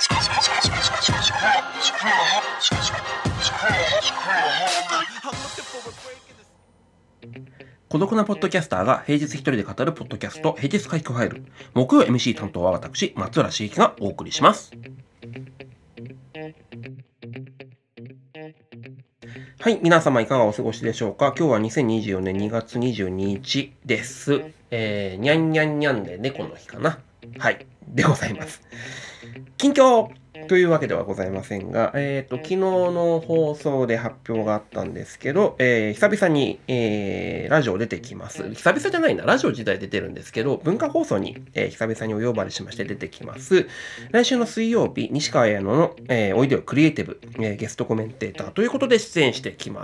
孤独なポッドキャスターが平日一人で語るポッドキャスト、平日回復ファイル。木曜 MC 担当は私、松浦茂樹がお送りします。はい、皆様いかがお過ごしでしょうか。今日は2024年2月22日です。にゃんにゃんにゃんで猫の日かな。はい、でございます。近況というわけではございませんが、昨日の放送で発表があったんですけど、久々に、ラジオ出てきます。久々じゃないな、ラジオ自体出てるんですけど、文化放送に、久々にお呼ばれしまして出てきます。来週の水曜日、西川綾乃の、おいでよクリエイティブ、ゲストコメンテーターということで出演してきます。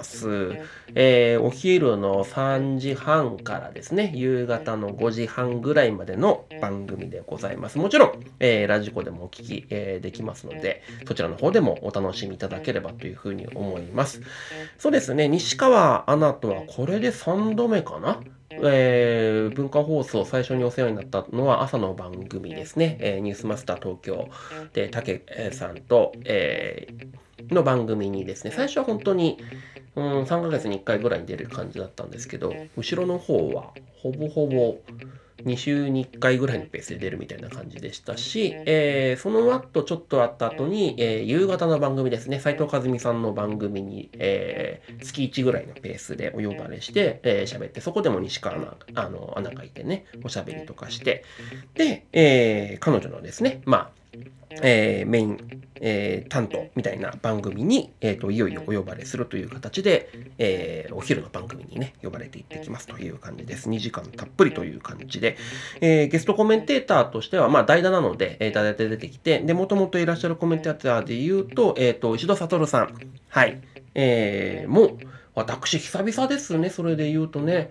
お昼の3時半からですね、夕方の5時半ぐらいまでの番組でございます。もちろん、ラジコでもお聞き、できますので、そちらの方でもお楽しみいただければというふうに思います。そうですね、西川アナとはこれで3度目かな。文化放送最初にお世話になったのは朝の番組ですね。ニュースマスター東京で竹さんと、の番組にですね、最初は本当に3ヶ月に1回ぐらいに出る感じだったんですけど、後ろの方はほぼほぼ2週に1回ぐらいのペースで出るみたいな感じでしたし、その後ちょっとあった後に、夕方の番組ですね、斉藤和美さんの番組に、月1ぐらいのペースでお呼ばれして、喋って、そこでも西川アナがいてね、おしゃべりとかして、で、彼女のですね、メイン、担当みたいな番組に、いよいよお呼ばれするという形で、お昼の番組にね、呼ばれていってきますという感じです。2時間たっぷりという感じで、ゲストコメンテーターとしては、代打なので、代打で出てきて、で、もともといらっしゃるコメンテーターで言うと、石戸悟さん。はい。もう、私、久々ですね、それで言うとね。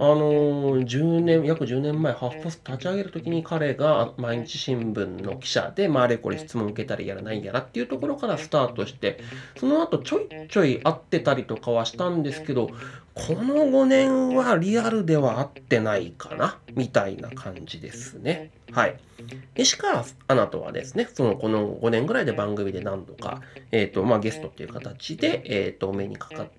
約10年前、ハーフポスト立ち上げるときに彼が毎日新聞の記者で、あれこれ質問受けたりやらないやらっていうところからスタートして、その後ちょいちょい会ってたりとかはしたんですけど、この5年はリアルでは会ってないかなみたいな感じですね。はい。西川アナとはですね、この5年ぐらいで番組で何度か、ゲストっていう形で、お目にかかって、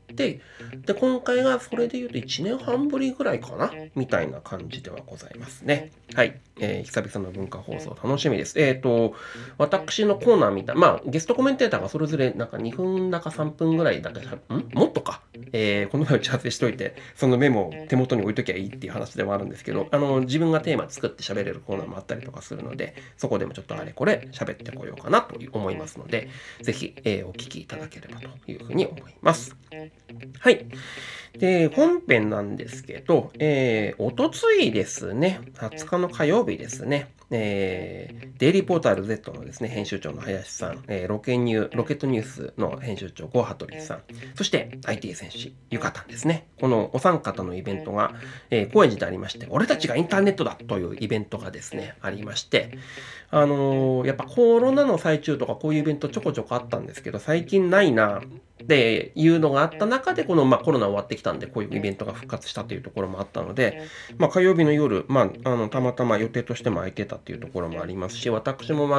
で、今回がそれで言うと1年半ぶりぐらいかなみたいな感じではございますね。はい。久々の文化放送楽しみです。私のコーナーみたい、ゲストコメンテーターがそれぞれなんか2分だか3分ぐらいだか、もっとか、この前打ち合わせしといて、そのメモを手元に置いときゃいいっていう話ではあるんですけど、自分がテーマ作って喋れるコーナーもあったりとかするので、そこでもちょっとあれこれ喋ってこようかなと思いますので、ぜひ、お聞きいただければというふうに思います。はい。で、本編なんですけど、おとついですね、20日の火曜日ですね、デイリーポータル Z のですね、編集長の林さん、ロケットニュースの編集長、ゴーハトリさん、そして IT 戦士、ゆかたんですね。このお三方のイベントが、高円寺でありまして、俺たちがインターネットだというイベントがですね、ありまして、やっぱコロナの最中とかこういうイベントちょこちょこあったんですけど、最近ないなっていうのがあった中で、この、コロナ終わってきたんで、こういうイベントが復活したというところもあったので、火曜日の夜、たまたま予定としても空いてたっていうところもありますし、私も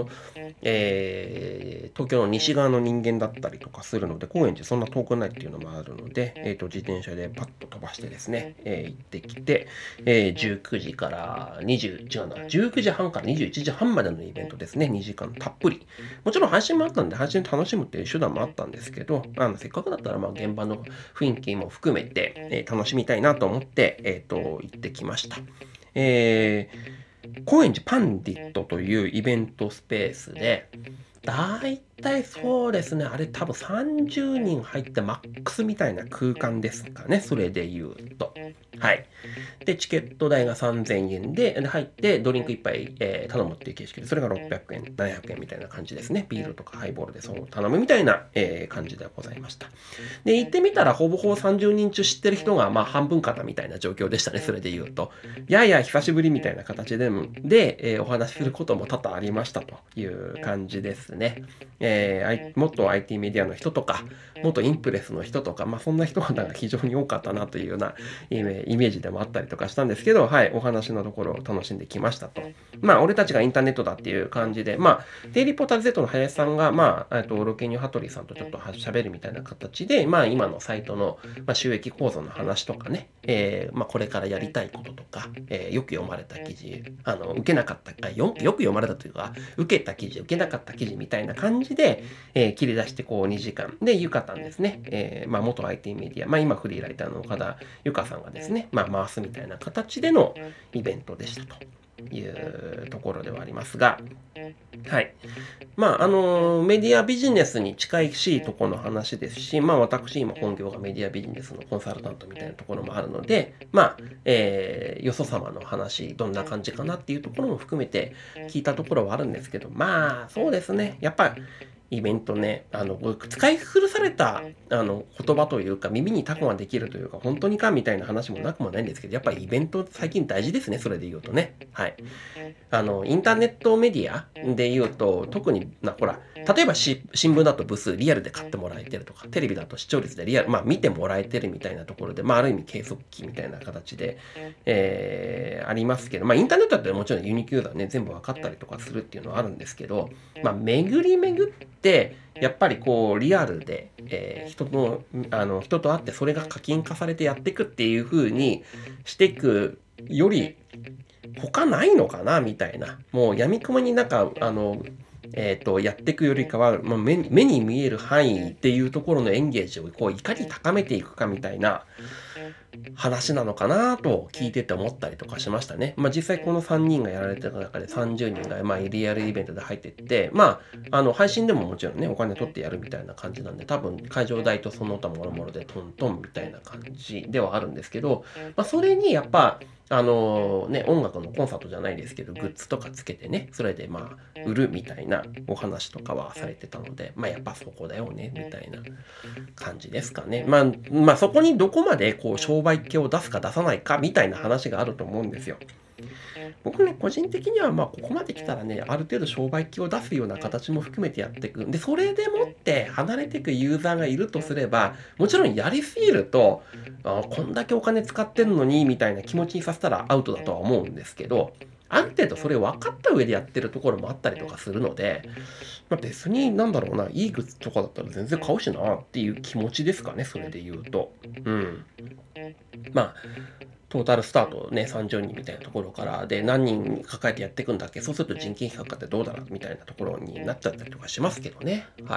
東京の西側の人間だったりとかするので、高円寺そんな遠くないっていうのもあるので、自転車でパッと飛ばしてですね、行ってきて、19時から19時半から21時半までのイベントですね、2時間たっぷり。もちろん配信もあったんで、配信楽しむっていう手段もあったんですけど、せっかくだったら現場の雰囲気も含めて、楽しみたいなと思って、行ってきました。高円寺パンディットというイベントスペースで、だいたいそうですね、あれ多分30人入ってマックスみたいな空間ですかね、それで言うと。はい。で、チケット代が3000円で、入ってドリンク1杯、頼むっていう形式で、それが600円、700円みたいな感じですね。ビールとかハイボールでそう頼むみたいな、感じでございました。で、行ってみたらほぼほぼ30人中知ってる人が半分方みたいな状況でしたね、それで言うと。やや久しぶりみたいな形で、お話しすることも多々ありましたという感じですね。元 IT メディアの人とか、元インプレスの人とか、そんな人が非常に多かったなというようなイメージでもあったりとかしたんですけど、はい、お話のところを楽しんできましたと。まあ、俺たちがインターネットだっていう感じで、まあ、デイリーポータル Z の林さんが、まあ、ロケニューハトリさんとちょっと喋るみたいな形で、まあ、今のサイトの、まあ、収益構造の話とかね、まあ、これからやりたいこととか、よく読まれた記事、受けなかった、よく読まれたというか、受けた記事、受けなかった記事みたいな感じで、切り出してこう2時間。で、ゆかたんですね。まあ、元 IT メディア、まあ、今フリーライターの岡田ゆかさんがですね、まあ、回すみたいな形でのイベントでしたというところではありますが、はい。まあ、メディアビジネスに近いしいところの話ですし、まあ、私、今本業がメディアビジネスのコンサルタントみたいなところもあるので、まあ、よそ様の話、どんな感じかなっていうところも含めて聞いたところはあるんですけど、まあ、そうですね。やっぱり、イベントね、使い古された、言葉というか、耳にタコができるというか、本当にかみたいな話もなくもないんですけど、やっぱりイベント最近大事ですね、それで言うとね。はい。インターネットメディアで言うと、特にほら、例えば新聞だと部数リアルで買ってもらえてるとか、テレビだと視聴率でリアル、まあ見てもらえてるみたいなところで、まあある意味計測器みたいな形で、ありますけど、まあインターネットだともちろんユニークユーザーね、全部分かったりとかするっていうのはあるんですけど、まあ巡り巡って、やっぱりこうリアルで、人と会ってそれが課金化されてやっていくっていう風にしていくより、他ないのかなみたいな。もう闇雲にやっていくよりかは、まあ、目に見える範囲っていうところのエンゲージをこういかに高めていくかみたいな話なのかなと聞いてて思ったりとかしましたね。まあ実際この3人がやられてる中で30人がまあリアルイベントで入ってって、まあ配信でももちろんねお金取ってやるみたいな感じなんで、多分会場代とその他もろもろでトントンみたいな感じではあるんですけど、まあそれにやっぱ音楽のコンサートじゃないですけど、グッズとかつけてね、それでまあ、売るみたいなお話とかはされてたので、まあやっぱそこだよね、みたいな感じですかね。まあそこにどこまでこう商売系を出すか出さないかみたいな話があると思うんですよ。僕ね、個人的にはまあここまで来たらね、ある程度商売機を出すような形も含めてやっていく。で、それでもって離れていくユーザーがいるとすれば、もちろんやりすぎると、こんだけお金使ってんのに、みたいな気持ちにさせたらアウトだとは思うんですけど、ある程度それ分かった上でやってるところもあったりとかするので、まあ、別になんだろうな、いいグッズとかだったら全然買うしなっていう気持ちですかね、それで言うと。うん。まあ、トータルスタートね、30人みたいなところから、で、何人抱えてやっていくんだっけ、そうすると人件費かかってどうだろうみたいなところになっちゃったりとかしますけどね。はい。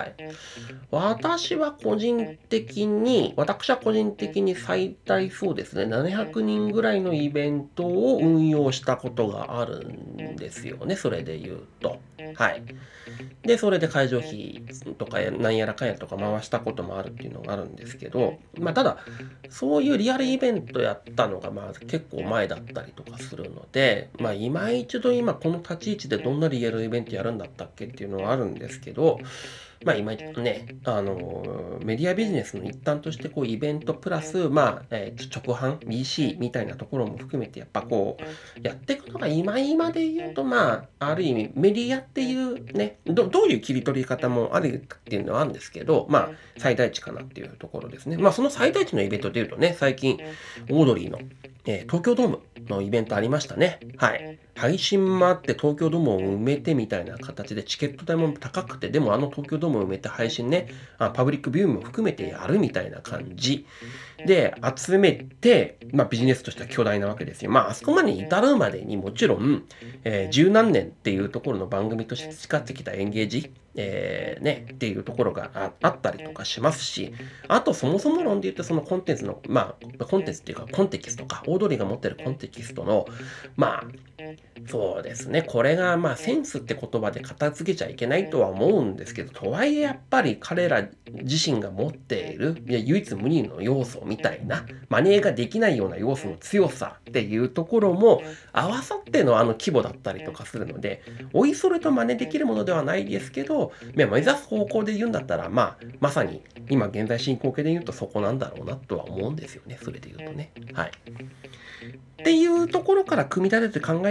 私は個人的に最大そうですね、700人ぐらいのイベントを運用したことがあるんですよね、それで言うと。はい。で、それで会場費とかなんやらかんやとか回したこともあるっていうのがあるんですけど、まあただ、そういうリアルイベントやったのがまあ結構前だったりとかするので、まあ今一度今この立ち位置でどんなリアルイベントやるんだったっけっていうのはあるんですけど、まあ今一度ね、メディアビジネスの一端としてこうイベントプラス、まあ、直販、BC みたいなところも含めてやっぱこうやっていくのが今で言うとまあ、ある意味メディアっていうね、どういう切り取り方もあるっていうのはあるんですけど、まあ最大値かなっていうところですね。まあその最大値のイベントで言うとね、最近オードリーの東京ドームのイベントありましたね。はい。配信もあって東京ドームを埋めてみたいな形でチケット代も高くて、でも東京ドームを埋めて配信ね、パブリックビューも含めてやるみたいな感じで集めて、まあビジネスとしては巨大なわけですよ。まああそこまでに至るまでにもちろん、十何年っていうところの番組として培ってきたエンゲージ、っていうところがあったりとかしますし、あとそもそも論で言うとそのコンテンツの、まあコンテンツっていうかコンテキストか、オードリーが持ってるコンテキストの、まあ、そうですね。これが、まあ、センスって言葉で片付けちゃいけないとは思うんですけど、とはいえやっぱり彼ら自身が持っている、唯一無二の要素みたいな、真似ができないような要素の強さっていうところも合わさっての規模だったりとかするので、おいそれと真似できるものではないですけど、目指す方向で言うんだったら、まあ、まさに今現在進行形で言うとそこなんだろうなとは思うんですよね。それで言うとね。はい。っていうところから組み立てて考え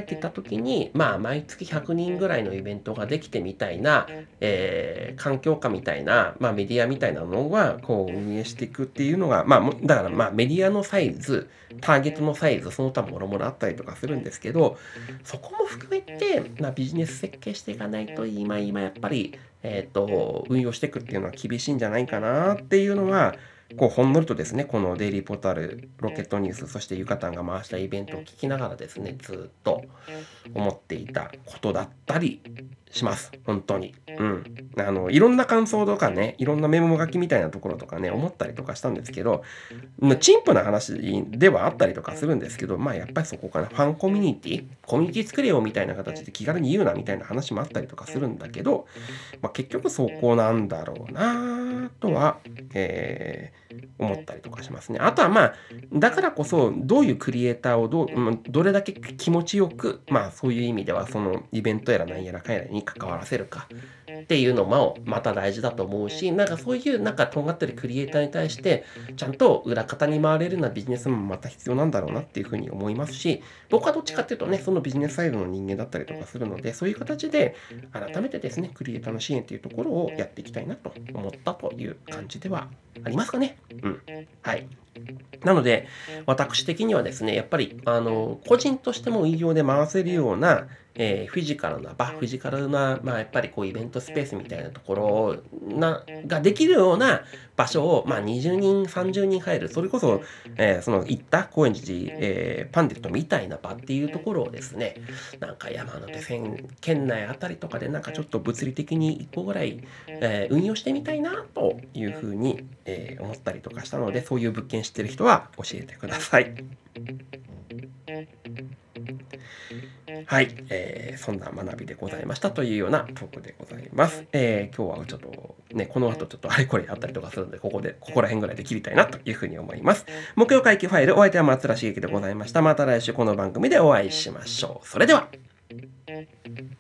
てた時に、毎月100人ぐらいのイベントができてみたいな、環境下みたいな、メディアみたいなのは、こう運営していくっていうのが、だからメディアのサイズ、ターゲットのサイズ、その他もろもろあったりとかするんですけど、そこも含めて、ビジネス設計していかないと、今やっぱり、運用していくっていうのは厳しいんじゃないかなっていうのは、こうほんのりとですね、このデイリーポータル、ロケットニュース、そしてゆかたんが回したイベントを聞きながらですね、ずっと思っていたことだったりします。本当に。いろんな感想とかね、いろんなメモ書きみたいなところとかね、思ったりとかしたんですけど、陳腐な話ではあったりとかするんですけど、やっぱりそこかな。ファンコミュニティ作れよみたいな形で気軽に言うなみたいな話もあったりとかするんだけど、結局そこなんだろうなとは、思ったりとかしますね。あとはだからこそどういうクリエイターをどれだけ気持ちよく、そういう意味ではそのイベントやら何やらかんやらに関わらせるかっていうのもまた大事だと思うし、そういうとんがってるクリエイターに対してちゃんと裏方に回れるようなビジネスもまた必要なんだろうなっていうふうに思いますし、僕はどっちかっていうとね、そのビジネスサイドの人間だったりとかするので、そういう形で改めてですね、クリエイターの支援っていうところをやっていきたいなと思ったという感じではありますかね。はい。なので、私的にはですね、やっぱり、個人としても運用で回せるような、フィジカルな、やっぱりこうイベントスペースみたいなところができるような場所を、20人、30人入る、それこそ、その行った高円寺、パンデットみたいな場っていうところをですね、山手線圏内あたりとかでちょっと物理的に1個ぐらい、運用してみたいなというふうに、思ったりとかしたので、そういう物件知ってる人は教えてください。はい、そんな学びでございましたというようなトークでございます。今日はちょっとね、この後ちょっとあれこれあったりとかするので、ここら辺ぐらいで切りたいなというふうに思います。木曜会期ファイル、お相手は松浦茂樹でございました。また来週この番組でお会いしましょう。それでは。